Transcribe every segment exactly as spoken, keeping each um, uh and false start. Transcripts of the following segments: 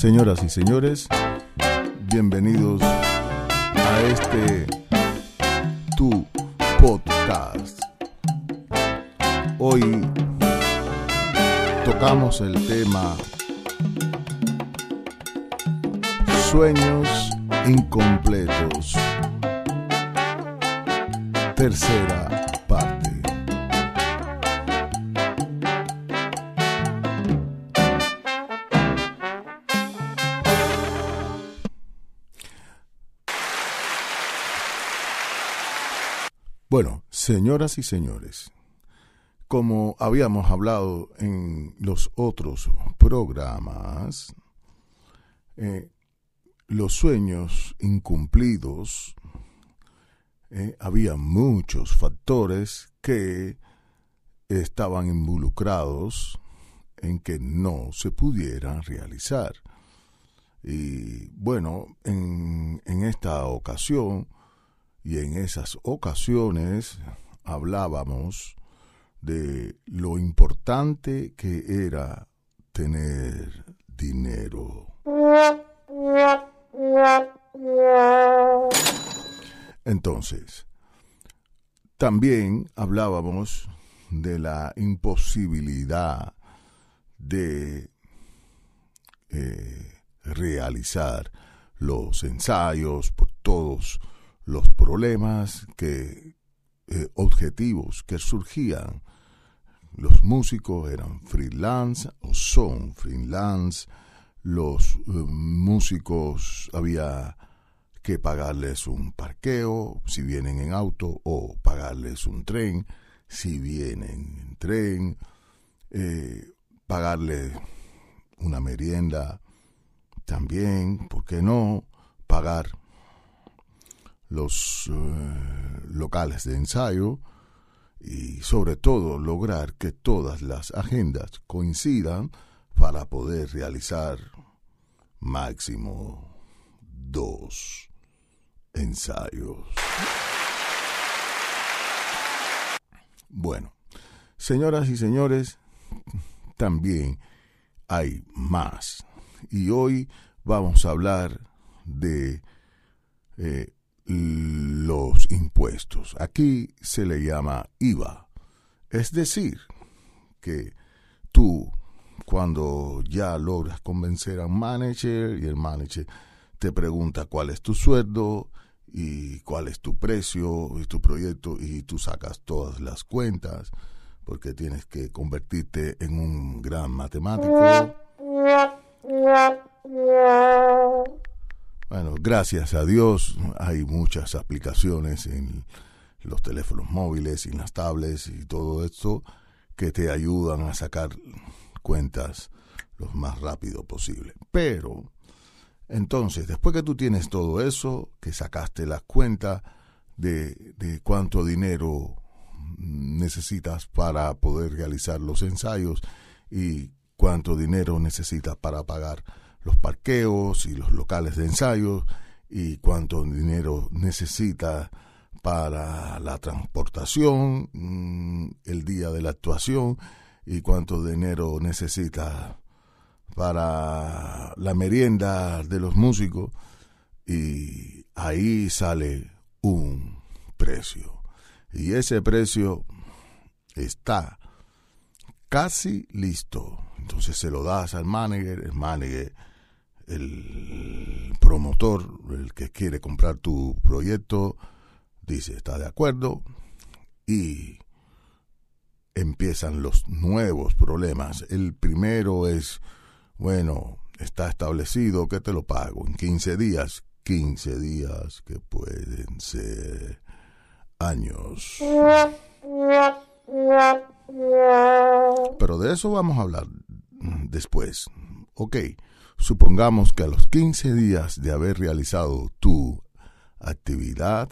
Señoras y señores, bienvenidos a este Tu Podcast. Hoy tocamos el tema Sueños incompletos, tercera parte. Bueno, señoras y señores, como habíamos hablado en los otros programas, eh, los sueños incumplidos, eh, había muchos factores que estaban involucrados en que no se pudieran realizar. Y bueno, en, en esta ocasión y en esas ocasiones hablábamos de lo importante que era tener dinero. Entonces, también hablábamos de la imposibilidad de eh, realizar los ensayos por todos los problemas que eh, objetivos que surgían. Los músicos eran freelance o son freelance. Los eh, músicos había que pagarles un parqueo si vienen en auto, o pagarles un tren si vienen en tren, eh, pagarles una merienda también, ¿por qué no? Pagar los eh, locales de ensayo y sobre todo lograr que todas las agendas coincidan para poder realizar máximo dos ensayos. Bueno, señoras y señores, también hay más. Y hoy vamos a hablar de eh, los impuestos. Aquí se le llama I V A. Es decir, que tú, cuando ya logras convencer a un manager y el manager te pregunta cuál es tu sueldo y cuál es tu precio y tu proyecto, y tú sacas todas las cuentas porque tienes que convertirte en un gran matemático. Bueno, gracias a Dios hay muchas aplicaciones en los teléfonos móviles y en las tablets y todo esto que te ayudan a sacar cuentas lo más rápido posible. Pero, entonces, después que tú tienes todo eso, que sacaste las cuentas de, de cuánto dinero necesitas para poder realizar los ensayos y cuánto dinero necesitas para pagar los parqueos y los locales de ensayo, y cuánto dinero necesitas para la transportación mmm, el día de la actuación, y cuánto dinero necesitas para la merienda de los músicos, y ahí sale un precio. Y ese precio está casi listo. Entonces se lo das al manager, el manager, el promotor, el que quiere comprar tu proyecto, dice, está de acuerdo, y empiezan los nuevos problemas. El primero es, bueno, está establecido que te lo pago en quince días, quince días que pueden ser años. Pero de eso vamos a hablar después. Ok, supongamos que a los quince días de haber realizado tu actividad,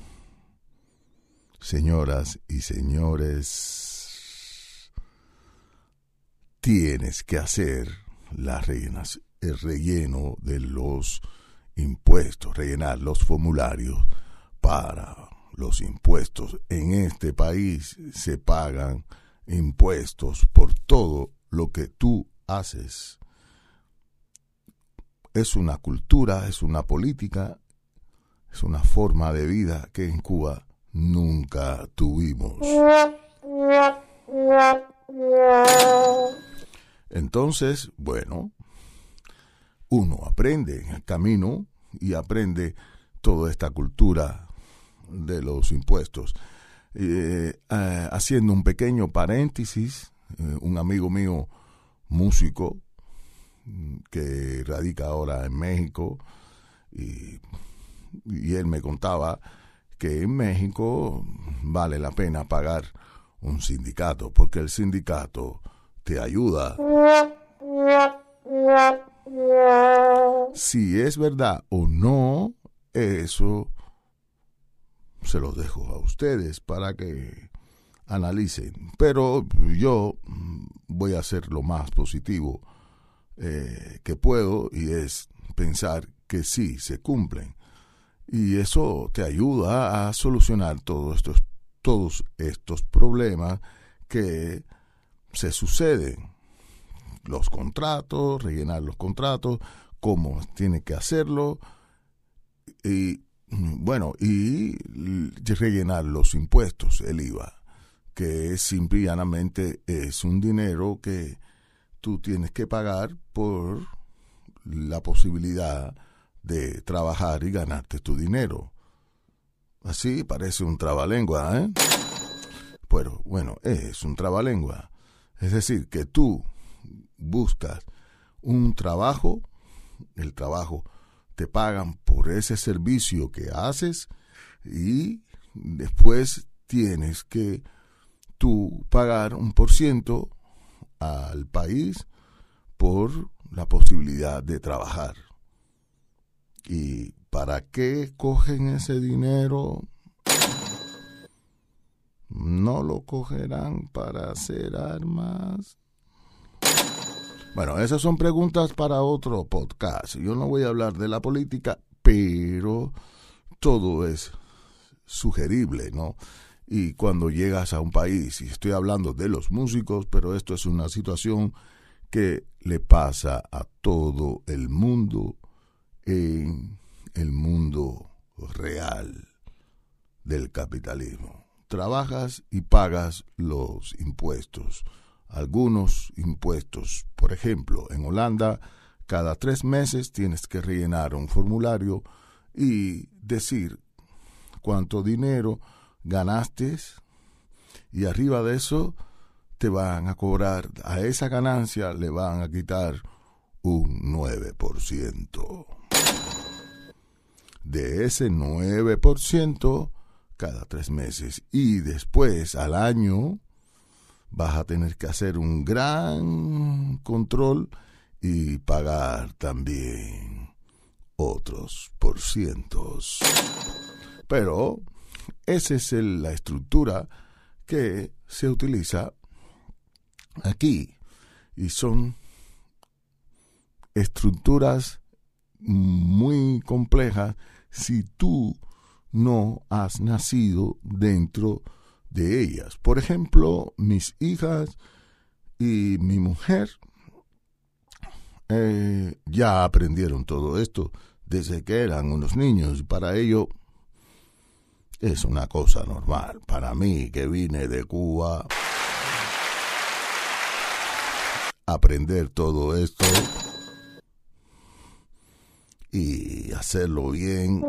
señoras y señores, tienes que hacer las rellenas, el relleno de los impuestos, rellenar los formularios para los impuestos. En este país se pagan impuestos por todo lo que tú haces. es una cultura, es una política, es una forma de vida que en Cuba nunca tuvimos. Entonces, bueno, uno aprende en el camino y aprende toda esta cultura de los impuestos. Eh, eh, haciendo un pequeño paréntesis, eh, un amigo mío, músico, que radica ahora en México, y, y él me contaba que en México vale la pena pagar un sindicato, porque el sindicato te ayuda. Si es verdad o no, eso se lo dejo a ustedes para que analicen. Pero yo voy a ser lo más positivo eh, que puedo, y es pensar que sí se cumplen. Y eso te ayuda a solucionar todos estos, todos estos problemas que se suceden. Los contratos, rellenar los contratos, cómo tiene que hacerlo, y bueno, y rellenar los impuestos, el I V A, que simple y llanamente es un dinero que tú tienes que pagar por la posibilidad de trabajar y ganarte tu dinero. Así parece un trabalengua, ¿eh? Pero bueno, es un trabalengua. Es decir, que tú buscas un trabajo, el trabajo te pagan por ese servicio que haces, y después tienes que tú pagar un por ciento al país por la posibilidad de trabajar. ¿Y para qué cogen ese dinero? ¿No lo cogerán para hacer armas? Bueno, esas son preguntas para otro podcast. Yo no voy a hablar de la política, pero todo es sugerible, ¿no? Y cuando llegas a un país, y estoy hablando de los músicos, pero esto es una situación que le pasa a todo el mundo en el mundo real del capitalismo. Trabajas y pagas los impuestos. Algunos impuestos, por ejemplo, en Holanda, cada tres meses tienes que rellenar un formulario y decir cuánto dinero ganaste, y arriba de eso te van a cobrar, a esa ganancia le van a quitar un nueve por ciento. De ese nueve por ciento cada tres meses, y después al año vas a tener que hacer un gran control y pagar también otros por cientos. Pero esa es el, la estructura que se utiliza aquí, y son estructuras muy complejas si tú no has nacido dentro de ellas. Por ejemplo, mis hijas y mi mujer eh, ya aprendieron todo esto desde que eran unos niños. Para ello es una cosa normal. Para mí, que vine de Cuba, aprender todo esto y hacerlo bien.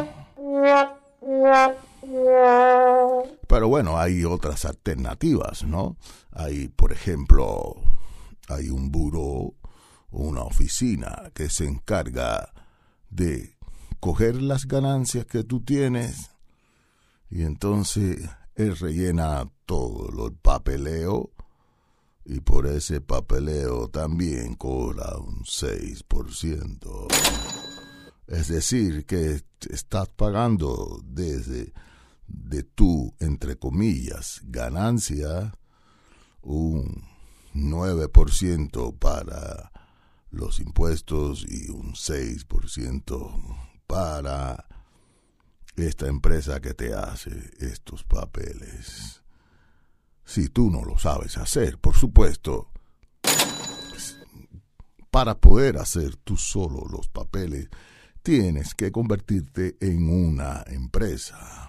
Pero bueno, hay otras alternativas, ¿no? Hay, por ejemplo, hay un buró, una oficina que se encarga de coger las ganancias que tú tienes, y entonces él rellena todo el papeleo, y por ese papeleo también cobra un seis por ciento. Es decir, que estás pagando desde de tu, entre comillas, ganancia, un nueve por ciento para los impuestos y un seis por ciento para esta empresa que te hace estos papeles. Si tú no lo sabes hacer, por supuesto, para poder hacer tú solo los papeles, tienes que convertirte en una empresa.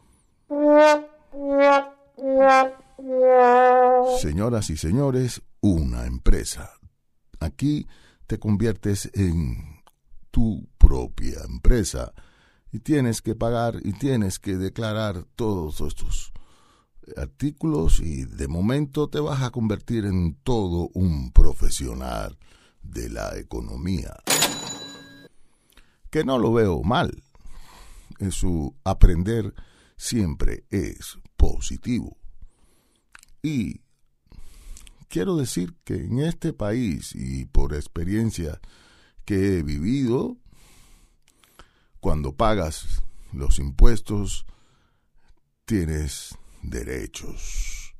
Señoras y señores, una empresa. Aquí te conviertes en tu propia empresa y tienes que pagar y tienes que declarar todos estos artículos y de momento te vas a convertir en todo un profesional de la economía. Que no lo veo mal. En su aprender siempre es positivo. Y quiero decir que en este país y por experiencia que he vivido, cuando pagas los impuestos, tienes derechos.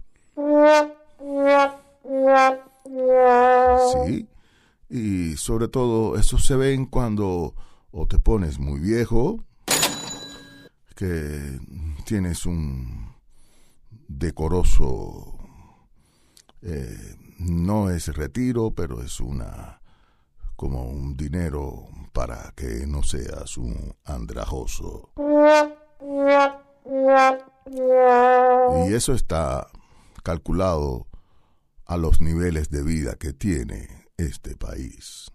Sí, y sobre todo eso se ven cuando o te pones muy viejo, que tienes un decoroso, eh, no es retiro, pero es una como un dinero para que no seas un andrajoso. Y eso está calculado a los niveles de vida que tiene este país.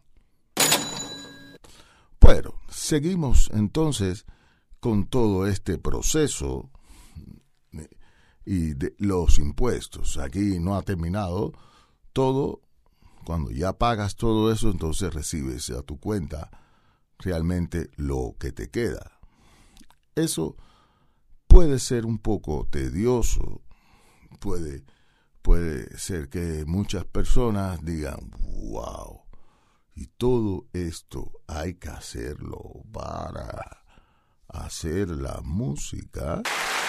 Bueno, seguimos entonces con todo este proceso y de los impuestos. Aquí no ha terminado todo. Cuando ya pagas todo eso, entonces recibes a tu cuenta realmente lo que te queda. Eso puede ser un poco tedioso, puede, puede ser que muchas personas digan, wow, y todo esto hay que hacerlo para hacer la música.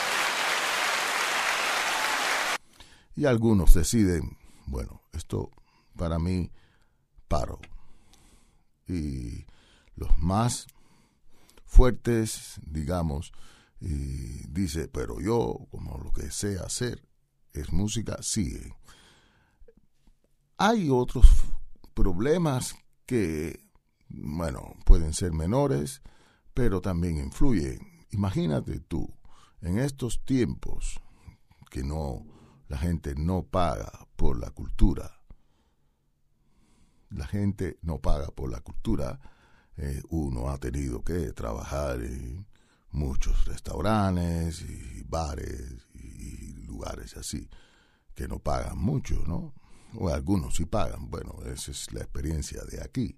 Y algunos deciden, bueno, esto para mí paro. Y los más fuertes, digamos, y dice, pero yo, como lo que sé hacer es música, sigue. Hay otros problemas que, bueno, pueden ser menores, pero también influyen. Imagínate tú, en estos tiempos que no, la gente no paga por la cultura. La gente no paga por la cultura. Eh, uno ha tenido que trabajar en muchos restaurantes y bares y lugares así que no pagan mucho, ¿no? O algunos sí pagan. Bueno, esa es la experiencia de aquí.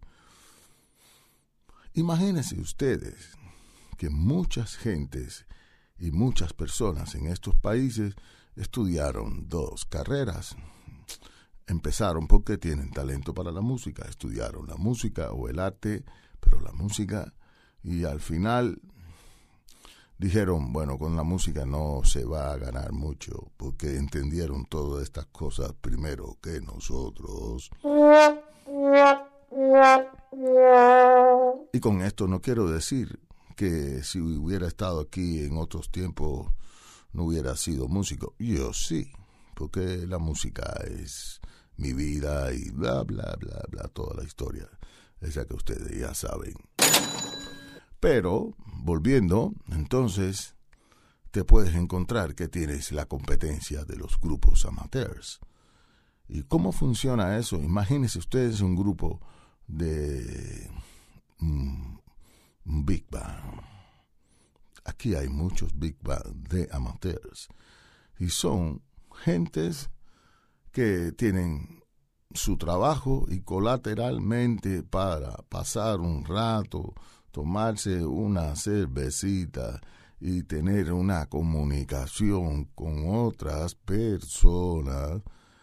Imagínense ustedes que muchas gentes y muchas personas en estos países estudiaron dos carreras. Empezaron porque tienen talento para la música, estudiaron la música o el arte, pero la música, y al final dijeron, bueno, con la música no se va a ganar mucho, porque entendieron todas estas cosas primero que nosotros. Y con esto no quiero decir que si hubiera estado aquí en otros tiempos no hubiera sido músico. Yo sí, porque la música es mi vida y bla, bla, bla, bla, toda la historia, esa que ustedes ya saben. Pero, volviendo, entonces, te puedes encontrar que tienes la competencia de los grupos amateurs. ¿Y cómo funciona eso? Imagínense ustedes un grupo de un um, big band. Aquí hay muchos big band de amateurs. Y son gentes que tienen su trabajo y colateralmente para pasar un rato, tomarse una cervecita y tener una comunicación con otras personas,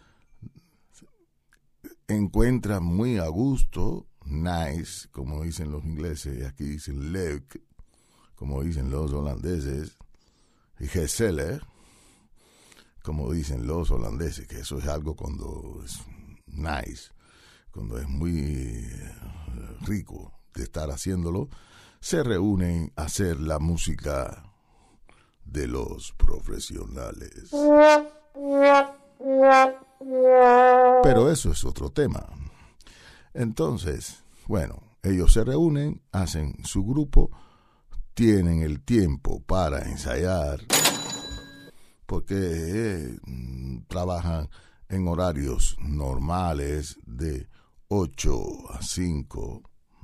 encuentran muy a gusto, nice, como dicen los ingleses, aquí dicen leuk, como dicen los holandeses, y gezellig, como dicen los holandeses, que eso es algo cuando es nice, cuando es muy rico de estar haciéndolo, se reúnen a hacer la música de los profesionales. Pero eso es otro tema. Entonces, bueno, ellos se reúnen, hacen su grupo, tienen el tiempo para ensayar, porque eh, trabajan en horarios normales de ocho a cinco.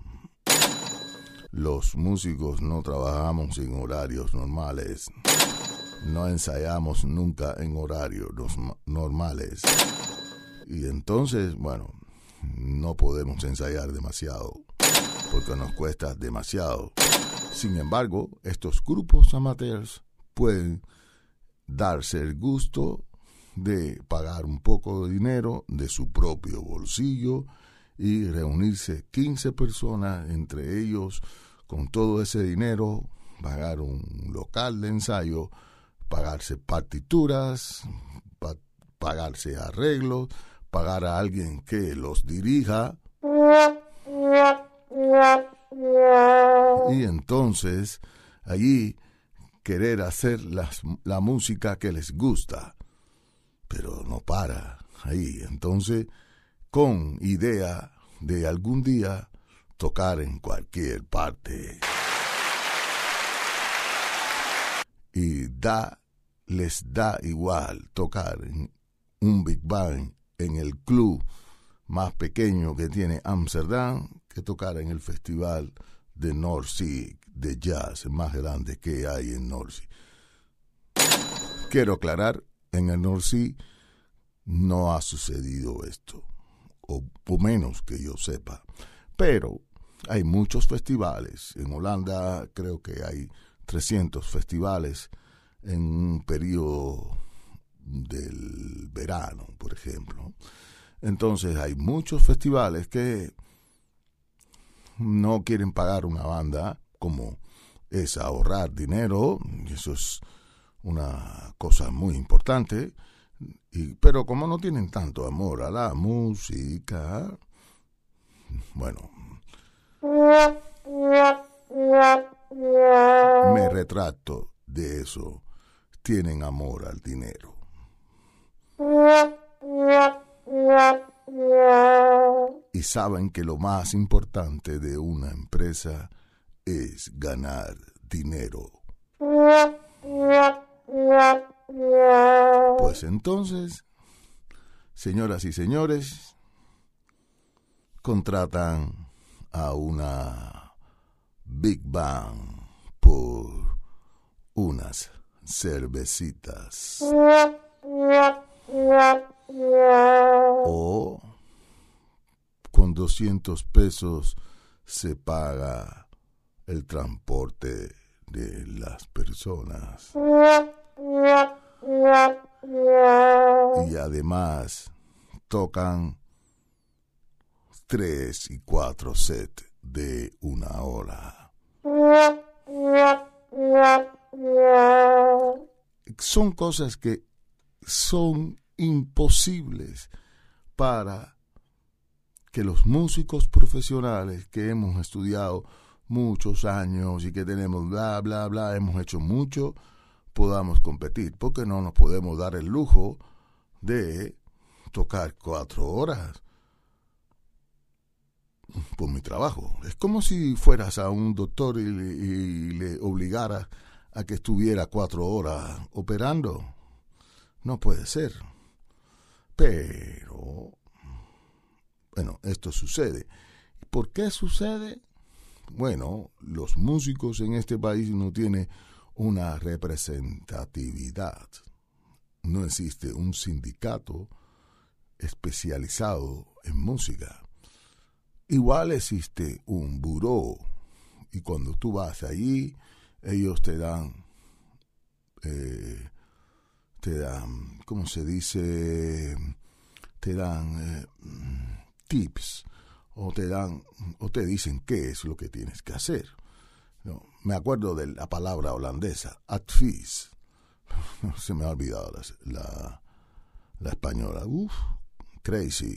Los músicos no trabajamos en horarios normales, no ensayamos nunca en horarios normales. Y entonces, bueno, no podemos ensayar demasiado, porque nos cuesta demasiado. Sin embargo, estos grupos amateurs pueden darse el gusto de pagar un poco de dinero de su propio bolsillo y reunirse quince personas, entre ellos con todo ese dinero, pagar un local de ensayo, pagarse partituras, pa- pagarse arreglos, pagar a alguien que los dirija. Y entonces allí querer hacer las, la música que les gusta, pero no para ahí. Entonces, con idea de algún día tocar en cualquier parte. Y da, les da igual tocar en un Big Bang en el club más pequeño que tiene Amsterdam que tocar en el festival de North Sea de jazz más grande que hay en North Sea. Quiero aclarar, en el North Sea no ha sucedido esto, o, o menos que yo sepa, pero hay muchos festivales. En Holanda creo que hay trescientos festivales en un periodo del verano, por ejemplo. Entonces hay muchos festivales que no quieren pagar una banda, como es ahorrar dinero, y eso es una cosa muy importante, y, pero como no tienen tanto amor a la música, bueno, me retracto de eso, tienen amor al dinero. Y saben que lo más importante de una empresa es ganar dinero. Pues entonces, señoras y señores, contratan a una Big Bang por unas cervecitas. O con doscientos pesos se paga el transporte de las personas. Y además tocan tres y cuatro sets de una hora. Son cosas que son imposibles para que los músicos profesionales que hemos estudiado muchos años y que tenemos bla, bla, bla, hemos hecho mucho, podamos competir, porque no nos podemos dar el lujo de tocar cuatro horas por mi trabajo. Es como si fueras a un doctor y le, y le obligaras a que estuviera cuatro horas operando. No puede ser. Pero, bueno, esto sucede. ¿Por qué sucede? Bueno, los músicos en este país no tienen una representatividad. No existe un sindicato especializado en música. Igual existe un buró, y cuando tú vas allí, ellos te dan, eh, te dan, ¿cómo se dice? Te dan eh, tips, o te dan, o te dicen qué es lo que tienes que hacer. No, me acuerdo de la palabra holandesa, advies. Se me ha olvidado la, la, la española. Uf, crazy.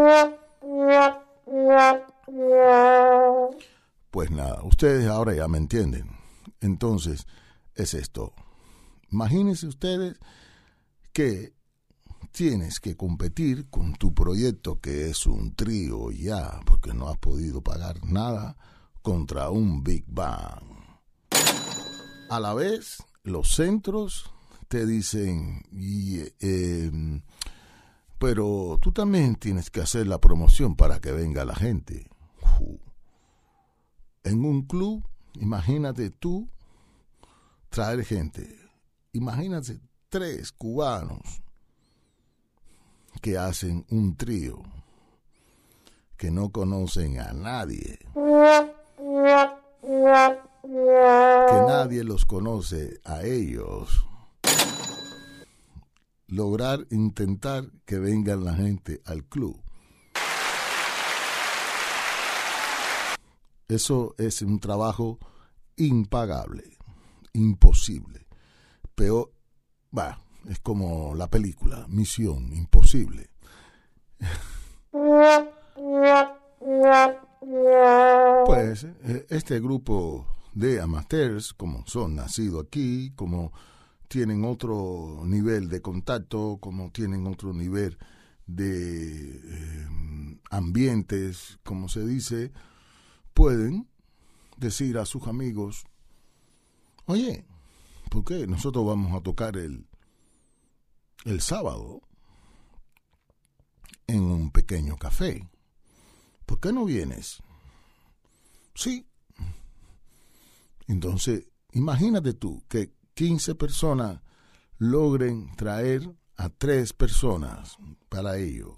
Pues nada, ustedes ahora ya me entienden. Entonces, es esto. Imagínense ustedes que tienes que competir con tu proyecto, que es un trío ya, porque no has podido pagar nada, contra un Big Bang. A la vez, los centros te dicen, y, eh, pero tú también tienes que hacer la promoción para que venga la gente. Uh. En un club, imagínate tú traer gente. Imagínate tres cubanos que hacen un trío, que no conocen a nadie, que nadie los conoce a ellos. Lograr, intentar que vengan la gente al club. Eso es un trabajo impagable, imposible. Peor, bah, es como la película, Misión Imposible. Pues este grupo de amateurs, como son nacidos aquí, como tienen otro nivel de contacto, como tienen otro nivel de eh, ambientes, como se dice, pueden decir a sus amigos, oye, ¿por qué nosotros vamos a tocar el, el sábado en un pequeño café? ¿Por qué no vienes? Sí. Entonces, imagínate tú que quince personas logren traer a tres personas para ello.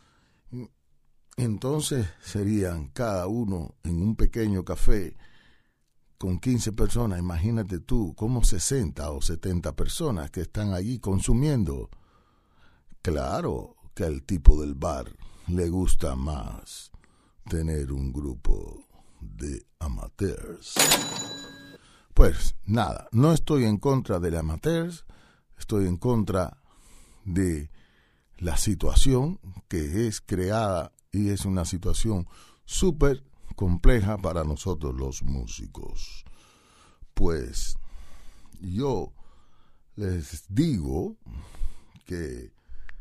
Entonces serían cada uno en un pequeño café con quince personas. Imagínate tú como sesenta o setenta personas que están allí consumiendo. Claro que al tipo del bar le gusta más tener un grupo de amateurs. Pues nada, no estoy en contra de amateurs, estoy en contra de la situación que es creada y es una situación súper compleja para nosotros los músicos. Pues yo les digo que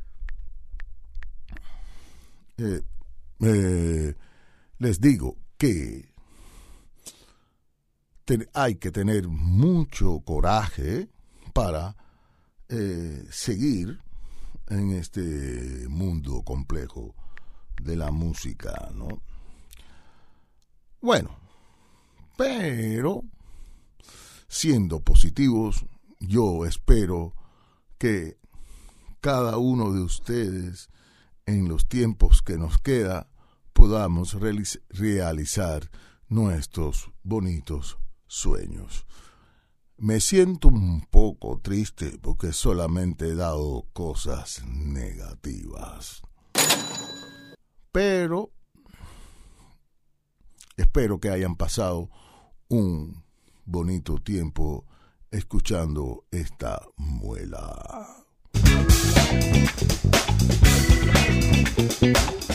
eh, eh, les digo que te, hay que tener mucho coraje para eh, seguir en este mundo complejo de la música, ¿no? Bueno, pero siendo positivos, yo espero que cada uno de ustedes en los tiempos que nos queda podamos realiz- realizar nuestros bonitos sueños. Me siento un poco triste porque solamente he dado cosas negativas. Pero espero que hayan pasado un bonito tiempo escuchando esta muela.